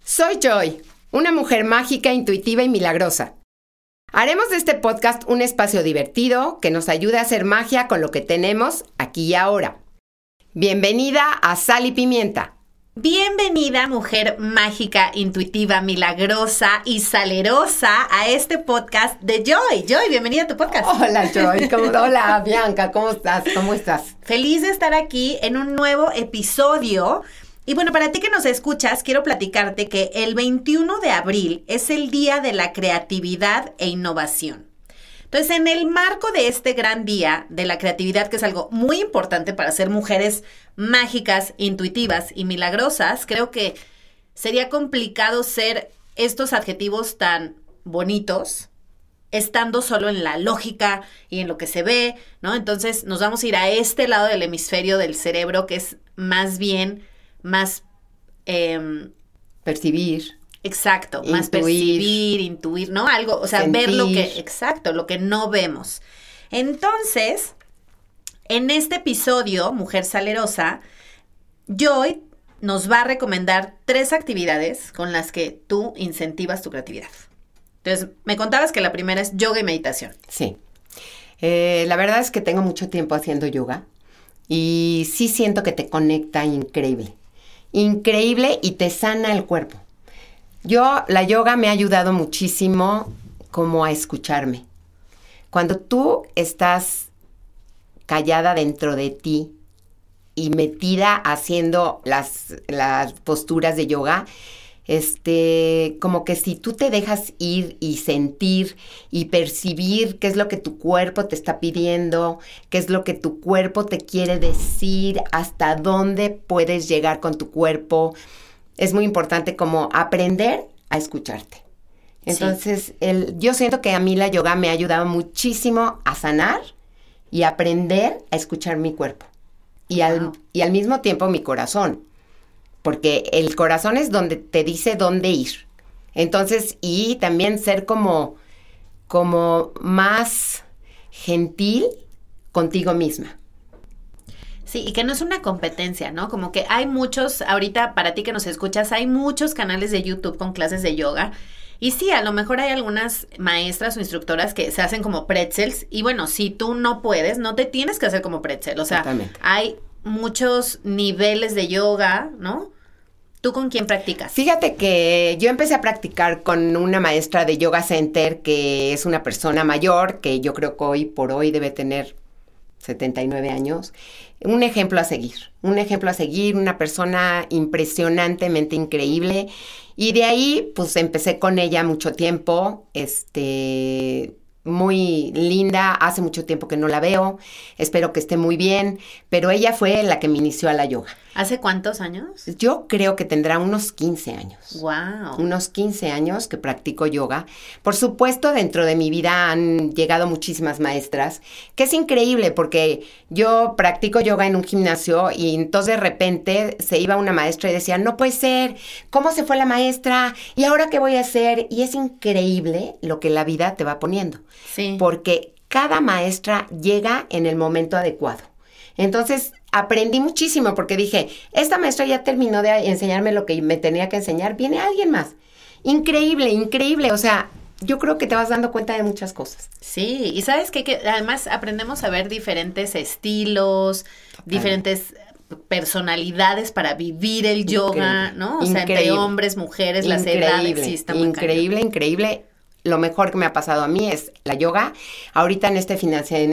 Soy Joy, una mujer mágica, intuitiva y milagrosa. Haremos de este podcast un espacio divertido que nos ayude a hacer magia con lo que tenemos aquí y ahora. Bienvenida a Sal y Pimienta. Bienvenida, mujer mágica, intuitiva, milagrosa y salerosa a este podcast de Joy. Joy, bienvenida a tu podcast. Hola, Joy. Hola, Bianca. ¿Cómo estás? ¿Cómo estás? Feliz de estar aquí en un nuevo episodio. Y bueno, para ti que nos escuchas, quiero platicarte que el 21 de abril es el Día de la Creatividad e Innovación. Entonces, en el marco de este gran día de la creatividad, que es algo muy importante para ser mujeres mágicas, intuitivas y milagrosas, creo que sería complicado ser estos adjetivos tan bonitos, estando solo en la lógica y en lo que se ve, ¿no? Entonces, nos vamos a ir a este lado del hemisferio del cerebro, que es más bien más percibir. Exacto, más percibir, intuir, ¿no? Algo, o sea, sentir. Ver lo que, exacto, lo que no vemos. Entonces, en este episodio, Mujer Salerosa, Joy nos va a recomendar 3 actividades con las que tú incentivas tu creatividad. Entonces, me contabas que la primera es yoga y meditación. Sí. La verdad es que tengo mucho tiempo haciendo yoga y sí siento que te conecta increíble. Increíble y te sana el cuerpo. La yoga me ha ayudado muchísimo como a escucharme. Cuando tú estás callada dentro de ti y metida haciendo las posturas de yoga, como que si tú te dejas ir y sentir y percibir qué es lo que tu cuerpo te está pidiendo, qué es lo que tu cuerpo te quiere decir, hasta dónde puedes llegar con tu cuerpo, es muy importante como aprender a escucharte. Entonces, sí. Yo siento que a mí la yoga me ha ayudado muchísimo a sanar y aprender a escuchar mi cuerpo y al mismo tiempo mi corazón. Porque el corazón es donde te dice dónde ir. Entonces, y también ser como más gentil contigo misma. Sí, y que no es una competencia, ¿no? Como que hay muchos, ahorita para ti que nos escuchas, hay muchos canales de YouTube con clases de yoga. Y sí, a lo mejor hay algunas maestras o instructoras que se hacen como pretzels. Y bueno, si tú no puedes, no te tienes que hacer como pretzel. O sea, hay muchos niveles de yoga, ¿no? ¿Tú con quién practicas? Fíjate que yo empecé a practicar con una maestra de Yoga Center que es una persona mayor, que yo creo que hoy por hoy debe tener 79 años. Un ejemplo a seguir, una persona impresionantemente increíble. Y de ahí, pues, empecé con ella mucho tiempo, muy linda, hace mucho tiempo que no la veo, espero que esté muy bien, pero ella fue la que me inició a la yoga. ¿Hace cuántos años? Yo creo que tendrá unos 15 años. ¡Wow! Unos 15 años que practico yoga. Por supuesto, dentro de mi vida han llegado muchísimas maestras, que es increíble porque yo practico yoga en un gimnasio y entonces de repente se iba una maestra y decía, no puede ser, ¿cómo se fue la maestra? ¿Y ahora qué voy a hacer? Y es increíble lo que la vida te va poniendo. Sí. Porque cada maestra llega en el momento adecuado. Entonces, aprendí muchísimo porque dije, esta maestra ya terminó de enseñarme lo que me tenía que enseñar, viene alguien más. Increíble, increíble. O sea, yo creo que te vas dando cuenta de muchas cosas. Sí, y ¿sabes qué? Que además aprendemos a ver diferentes estilos, diferentes personalidades para vivir el yoga, ¿no? O sea, entre hombres, mujeres, las edades. Sí, está muy increíble, cañón. Increíble. Lo mejor que me ha pasado a mí es la yoga. Ahorita en este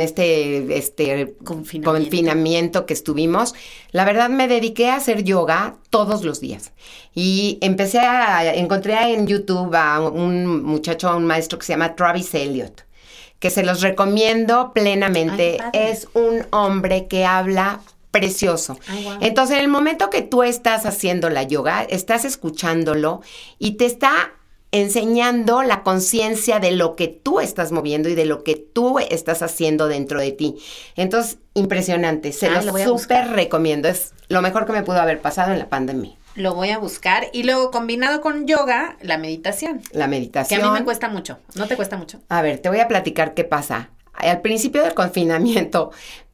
confinamiento que estuvimos, la verdad me dediqué a hacer yoga todos los días. Y encontré en YouTube a un maestro que se llama Travis Elliott, que se los recomiendo plenamente. Es un hombre que habla precioso. Ay, wow. Entonces, en el momento que tú estás haciendo la yoga, estás escuchándolo y te está enseñando la conciencia de lo que tú estás moviendo y de lo que tú estás haciendo dentro de ti. Entonces, impresionante. Se los súper recomiendo. Es lo mejor que me pudo haber pasado en la pandemia. Lo voy a buscar. Y luego, combinado con yoga, la meditación. La meditación. Que a mí me cuesta mucho. ¿No te cuesta mucho? A ver, te voy a platicar qué pasa. Al principio del confinamiento,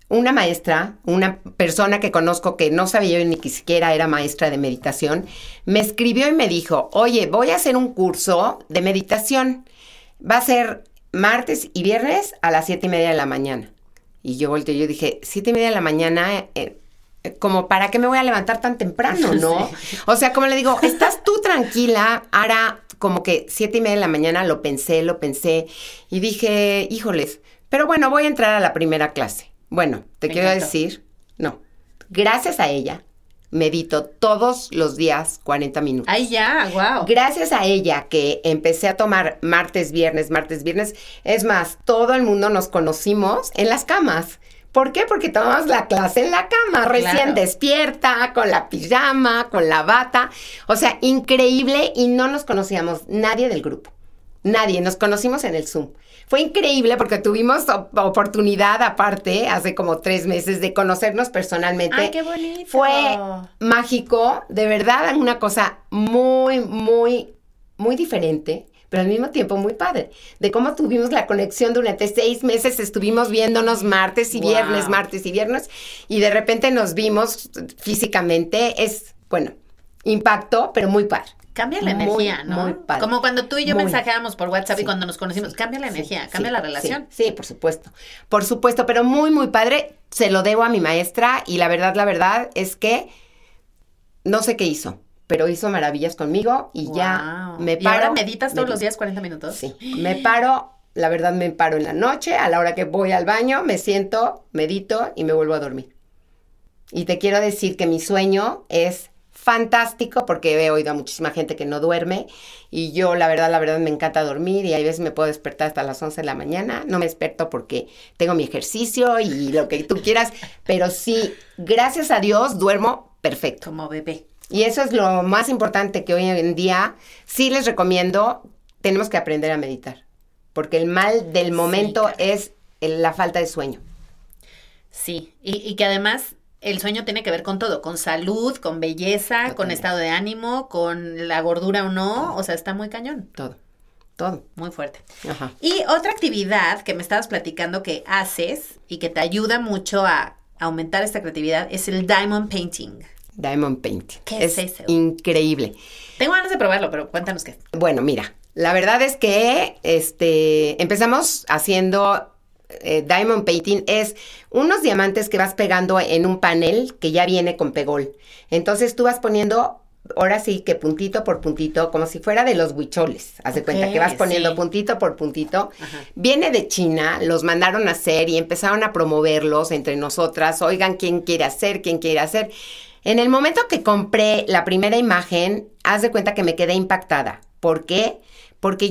una maestra, una persona que conozco que no sabía yo ni que siquiera era maestra de meditación, me escribió y me dijo, oye, voy a hacer un curso de meditación. Va a ser martes y viernes a las 7:30 de la mañana. Y yo volteé y yo dije, 7:30 de la mañana, como para qué me voy a levantar tan temprano, ¿no? Sí. O sea, como le digo, estás tú tranquila, ahora como que 7:30 de la mañana lo pensé y dije, híjoles, pero bueno, voy a entrar a la primera clase. Bueno, te quiero decir, no, gracias a ella, medito todos los días 40 minutos. ¡Ay, ya! ¡Wow! Gracias a ella que empecé a tomar martes, viernes. Es más, todo el mundo nos conocimos en las camas. ¿Por qué? Porque tomamos la clase en la cama, recién despierta, con la pijama, con la bata. O sea, increíble, y no nos conocíamos nadie del grupo. Nadie, nos conocimos en el Zoom. Fue increíble porque tuvimos oportunidad aparte, hace como 3 meses, de conocernos personalmente. ¡Ay, qué bonito! Fue mágico, de verdad, una cosa muy, muy, muy diferente, pero al mismo tiempo muy padre. De cómo tuvimos la conexión durante 6 meses, estuvimos viéndonos martes y viernes, y de repente nos vimos físicamente. Es, bueno, impacto, pero muy padre. Cambia la energía, ¿no? Muy padre. Como cuando tú y yo mensajeábamos por WhatsApp y cuando nos conocimos, cambia la energía, cambia la relación. Sí, por supuesto. Por supuesto, pero muy, muy padre. Se lo debo a mi maestra y la verdad es que no sé qué hizo, pero hizo maravillas conmigo y ya me paro. ¿Y ahora meditas todos los días 40 minutos? Sí, me paro en la noche, a la hora que voy al baño, me siento, medito y me vuelvo a dormir. Y te quiero decir que mi sueño es fantástico, porque he oído a muchísima gente que no duerme y yo la verdad me encanta dormir y hay veces me puedo despertar hasta las 11 de la mañana. No me desperto porque tengo mi ejercicio y lo que tú quieras, pero sí, gracias a Dios duermo perfecto. Como bebé. Y eso es lo más importante, que hoy en día sí les recomiendo, tenemos que aprender a meditar, porque el mal del momento es la falta de sueño. Sí, y que además el sueño tiene que ver con todo, con salud, con belleza, totalmente, con estado de ánimo, con la gordura o no, todo. O sea, está muy cañón. Todo. Muy fuerte. Ajá. Y otra actividad que me estabas platicando que haces y que te ayuda mucho a aumentar esta creatividad es el diamond painting. Diamond painting. ¿Qué es eso? Increíble. Tengo ganas de probarlo, pero cuéntanos qué. Bueno, mira, la verdad es que empezamos haciendo diamond painting. Es unos diamantes que vas pegando en un panel que ya viene con pegol. Entonces tú vas poniendo, ahora sí que puntito por puntito, como si fuera de los huicholes. Haz de cuenta que vas poniendo puntito por puntito. Ajá. Viene de China, los mandaron a hacer y empezaron a promoverlos entre nosotras. Oigan, ¿quién quiere hacer? En el momento que compré la primera imagen, haz de cuenta que me quedé impactada. ¿Por qué? Porque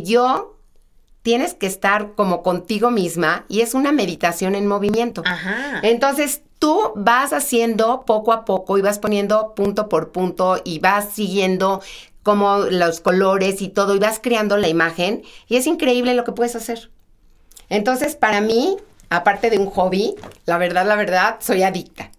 tienes que estar como contigo misma y es una meditación en movimiento. Ajá. Entonces, tú vas haciendo poco a poco y vas poniendo punto por punto y vas siguiendo como los colores y todo y vas creando la imagen y es increíble lo que puedes hacer. Entonces, para mí, aparte de un hobby, la verdad, soy adicta.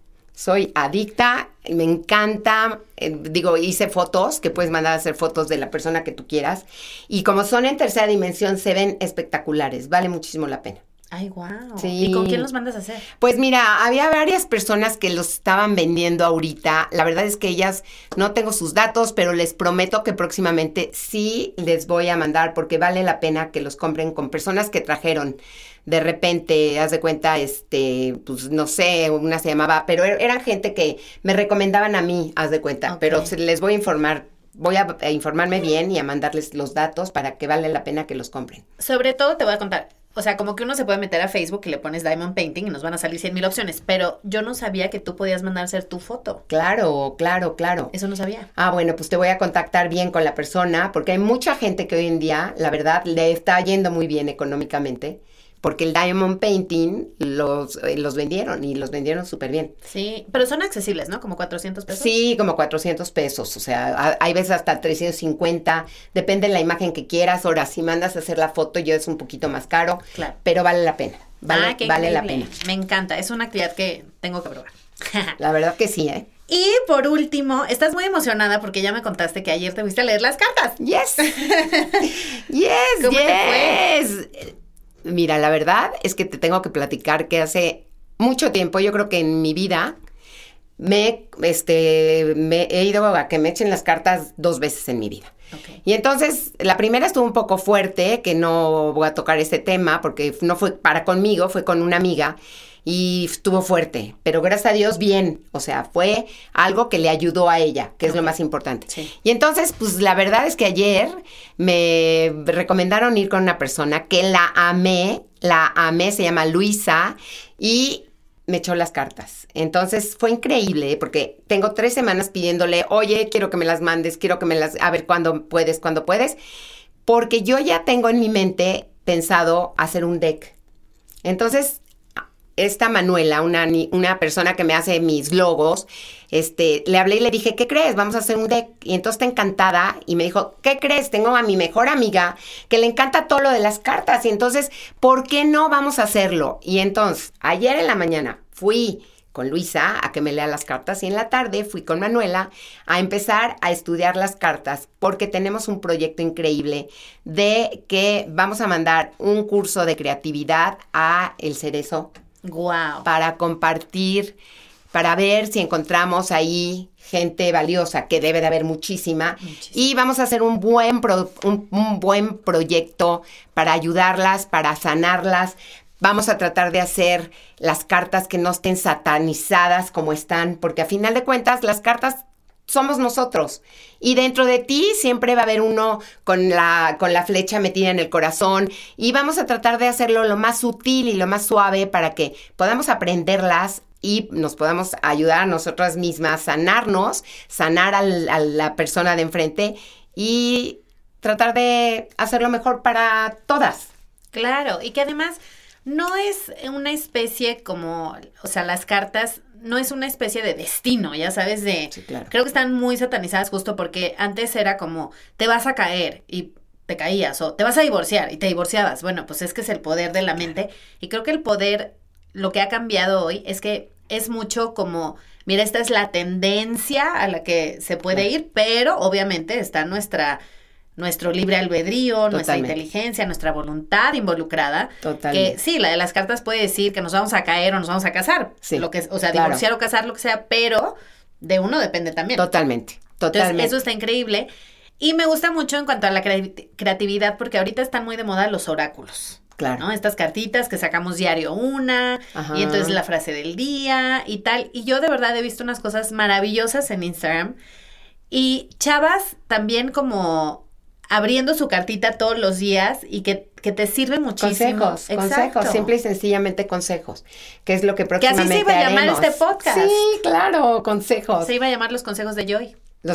Me encanta, hice fotos, que puedes mandar a hacer fotos de la persona que tú quieras, y como son en tercera dimensión, se ven espectaculares, vale muchísimo la pena. ¡Ay, wow! Sí. ¿Y con quién los mandas a hacer? Pues mira, había varias personas que los estaban vendiendo ahorita, la verdad es que ellas, no tengo sus datos, pero les prometo que próximamente sí les voy a mandar, porque vale la pena que los compren con personas que trajeron. De repente, haz de cuenta, pues no sé, una se llamaba, pero eran gente que me recomendaban a mí, haz de cuenta, okay. Pero les voy a informar, voy a informarme bien y a mandarles los datos para que vale la pena que los compren. Sobre todo te voy a contar, o sea, como que uno se puede meter a Facebook y le pones Diamond Painting y nos van a salir 100,000 opciones, pero yo no sabía que tú podías mandar a hacer tu foto. Claro. Eso no sabía. Ah, bueno, pues te voy a contactar bien con la persona, porque hay mucha gente que hoy en día, la verdad, le está yendo muy bien económicamente. Porque el Diamond Painting los vendieron y los vendieron súper bien. Sí, pero son accesibles, ¿no? Como 400 pesos. Sí, como 400 pesos. O sea, hay veces hasta 350. Depende de la imagen que quieras. Ahora, si mandas a hacer la foto, ya es un poquito más caro. Claro. Pero vale la pena. Vale la pena. Me encanta. Es una actividad que tengo que probar. La verdad que sí, ¿eh? Y por último, estás muy emocionada porque ya me contaste que ayer te fuiste a leer las cartas. Yes. ¿Cómo te fue? Mira, la verdad es que te tengo que platicar que hace mucho tiempo, yo creo que en mi vida, me he ido a que me echen las cartas 2 veces en mi vida. Okay. Y entonces, la primera estuvo un poco fuerte, que no voy a tocar este tema, porque no fue para conmigo, fue con una amiga, y estuvo fuerte, pero gracias a Dios bien, o sea, fue algo que le ayudó a ella, que es lo más importante. Sí. Y entonces, pues la verdad es que ayer me recomendaron ir con una persona que la amé, se llama Luisa, y me echó las cartas. Entonces fue increíble porque tengo 3 semanas pidiéndole, oye, quiero que me las mandes, a ver cuándo puedes, porque yo ya tengo en mi mente pensado hacer un deck. Entonces, esta Manuela, una persona que me hace mis logos, le hablé y le dije, ¿qué crees? Vamos a hacer un deck. Y entonces está encantada y me dijo, ¿qué crees? Tengo a mi mejor amiga que le encanta todo lo de las cartas y entonces, ¿por qué no vamos a hacerlo? Y entonces, ayer en la mañana fui con Luisa a que me lea las cartas y en la tarde fui con Manuela a empezar a estudiar las cartas porque tenemos un proyecto increíble de que vamos a mandar un curso de creatividad a El Cerezo. Wow. Para compartir, para ver si encontramos ahí gente valiosa, que debe de haber muchísima. Y vamos a hacer un buen proyecto para ayudarlas, para sanarlas. Vamos a tratar de hacer las cartas que no estén satanizadas como están, porque a final de cuentas las cartas somos nosotros. Y dentro de ti siempre va a haber uno con la flecha metida en el corazón. Y vamos a tratar de hacerlo lo más sutil y lo más suave para que podamos aprenderlas y nos podamos ayudar a nosotras mismas, sanarnos, sanar a la persona de enfrente y tratar de hacerlo mejor para todas. Claro, y que además no es una especie como, o sea, las cartas no es una especie de destino, ya sabes, Sí, claro. Creo que están muy satanizadas justo porque antes era como, te vas a caer y te caías, o te vas a divorciar y te divorciabas. Bueno, pues es que es el poder de la mente, y creo que el poder, lo que ha cambiado hoy es que es mucho como, mira, esta es la tendencia a la que se puede ir, pero obviamente está nuestro libre albedrío, nuestra inteligencia, nuestra voluntad involucrada. Totalmente. Que sí, la de las cartas puede decir que nos vamos a caer o nos vamos a casar. Sí, divorciar o casar, lo que sea, pero de uno depende también. Totalmente. Entonces, eso está increíble. Y me gusta mucho en cuanto a la creatividad, porque ahorita están muy de moda los oráculos. Claro. ¿No? Estas cartitas que sacamos diario una, Ajá. Y entonces la frase del día y tal. Y yo de verdad he visto unas cosas maravillosas en Instagram. Y chavas también como abriendo su cartita todos los días y que te sirve muchísimo. Consejos, simple y sencillamente consejos, que es lo que próximamente haremos. Que así se iba a llamar este podcast. Sí, claro, consejos. Se iba a llamar los consejos de Joy. Los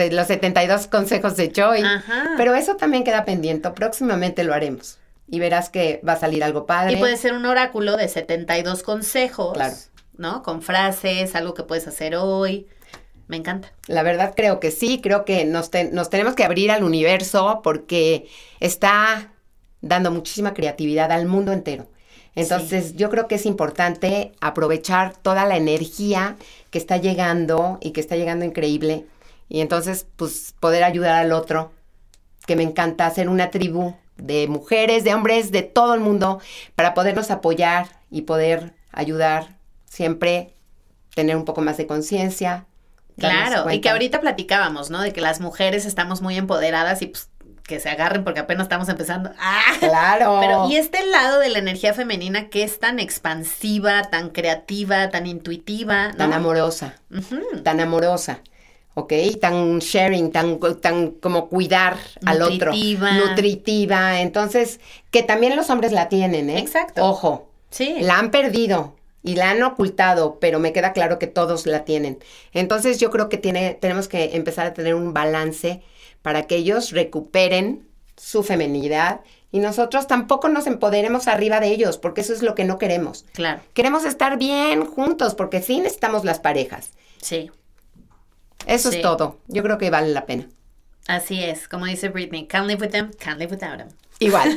72 consejos de Joy. Ajá. Pero eso también queda pendiente, próximamente lo haremos. Y verás que va a salir algo padre. Y puede ser un oráculo de 72 consejos, claro, ¿no? Con frases, algo que puedes hacer hoy. Me encanta. La verdad creo que sí, creo que nos tenemos que abrir al universo porque está dando muchísima creatividad al mundo entero. Entonces yo creo que es importante aprovechar toda la energía que está llegando y que está llegando increíble. Y entonces pues poder ayudar al otro, que me encanta hacer una tribu de mujeres, de hombres, de todo el mundo para podernos apoyar y poder ayudar, siempre tener un poco más de conciencia. Claro, y que ahorita platicábamos, ¿no? De que las mujeres estamos muy empoderadas y pues que se agarren porque apenas estamos empezando. ¡Ah! Claro. Pero y este lado de la energía femenina que es tan expansiva, tan creativa, tan intuitiva, ¿no? Tan amorosa, tan amorosa, ¿ok? Tan sharing, tan como cuidar al otro. Nutritiva. Entonces, que también los hombres la tienen, ¿eh? Exacto. Ojo. Sí. La han perdido. Y la han ocultado, pero me queda claro que todos la tienen. Entonces yo creo que tenemos que empezar a tener un balance para que ellos recuperen su feminidad y nosotros tampoco nos empoderemos arriba de ellos, porque eso es lo que no queremos. Claro. Queremos estar bien juntos, porque sí necesitamos las parejas. Sí. Eso es todo. Yo creo que vale la pena. Así es. Como dice Britney, can't live with them, can't live without them. Igual.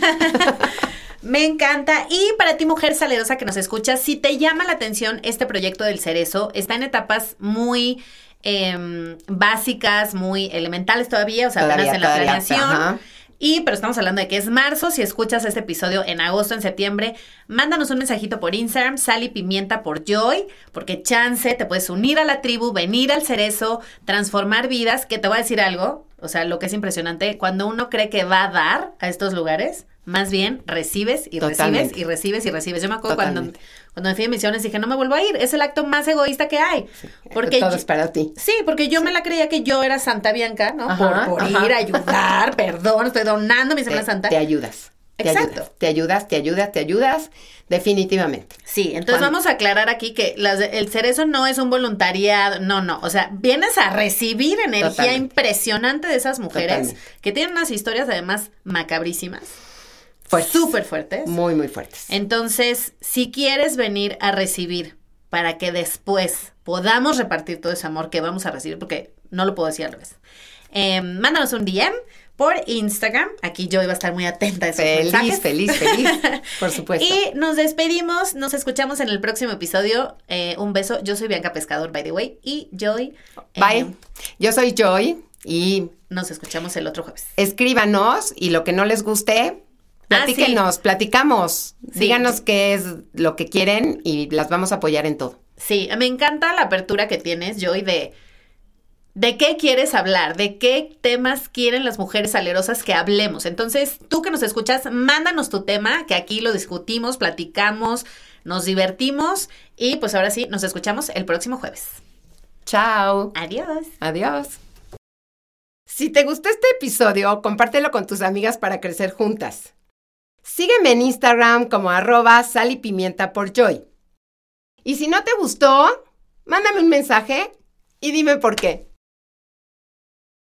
Me encanta. Y para ti, mujer salerosa que nos escuchas, si te llama la atención este proyecto del Cerezo, está en etapas muy básicas, muy elementales todavía, o sea, apenas en la planeación. Pero estamos hablando de que es marzo. Si escuchas este episodio en agosto, en septiembre, mándanos un mensajito por Instagram, Sal y Pimienta por Joy, porque chance, te puedes unir a la tribu, venir al cerezo, transformar vidas, que te voy a decir algo, o sea, lo que es impresionante, cuando uno cree que va a dar a estos lugares, más bien recibes y Totalmente. recibes y recibes y recibes. Yo me acuerdo cuando me fui de misiones dije, no me vuelvo a ir, es el acto más egoísta que hay. Porque todo es para ti. Sí, porque yo me la creía que yo era Santa Bianca, ¿no? Ajá, por ajá. ir a ayudar, perdón, estoy donando mi Semana Santa. Te ayudas. Exacto. Te ayudas, definitivamente. Sí, entonces vamos a aclarar aquí que el cerezo no es un voluntariado, no, o sea, vienes a recibir energía Totalmente. impresionante de esas mujeres Totalmente. que tienen unas historias además macabrísimas, Fuertes. súper fuertes. Muy, muy fuertes. Entonces, si quieres venir a recibir para que después podamos repartir todo ese amor que vamos a recibir, porque no lo puedo decir al revés, mándanos un DM por Instagram. Aquí yo iba a estar muy atenta a esos mensajes. Feliz, por supuesto. Y nos despedimos, nos escuchamos en el próximo episodio. Un beso. Yo soy Bianca Pescador, by the way, y Joy. Bye. Yo soy Joy y Nos escuchamos el otro jueves. escríbanos y lo que no les guste, platíquenos, platicamos. Sí. Díganos qué es lo que quieren y las vamos a apoyar en todo. Sí, me encanta la apertura que tienes, Joy, de qué quieres hablar, de qué temas quieren las mujeres salerosas que hablemos. Entonces, tú que nos escuchas, mándanos tu tema, que aquí lo discutimos, platicamos, nos divertimos y pues ahora sí, nos escuchamos el próximo jueves. Chao. Adiós. Adiós. Si te gustó este episodio, compártelo con tus amigas para crecer juntas. Sígueme en Instagram como @salypimienta por Joy. Y si no te gustó, mándame un mensaje y dime por qué.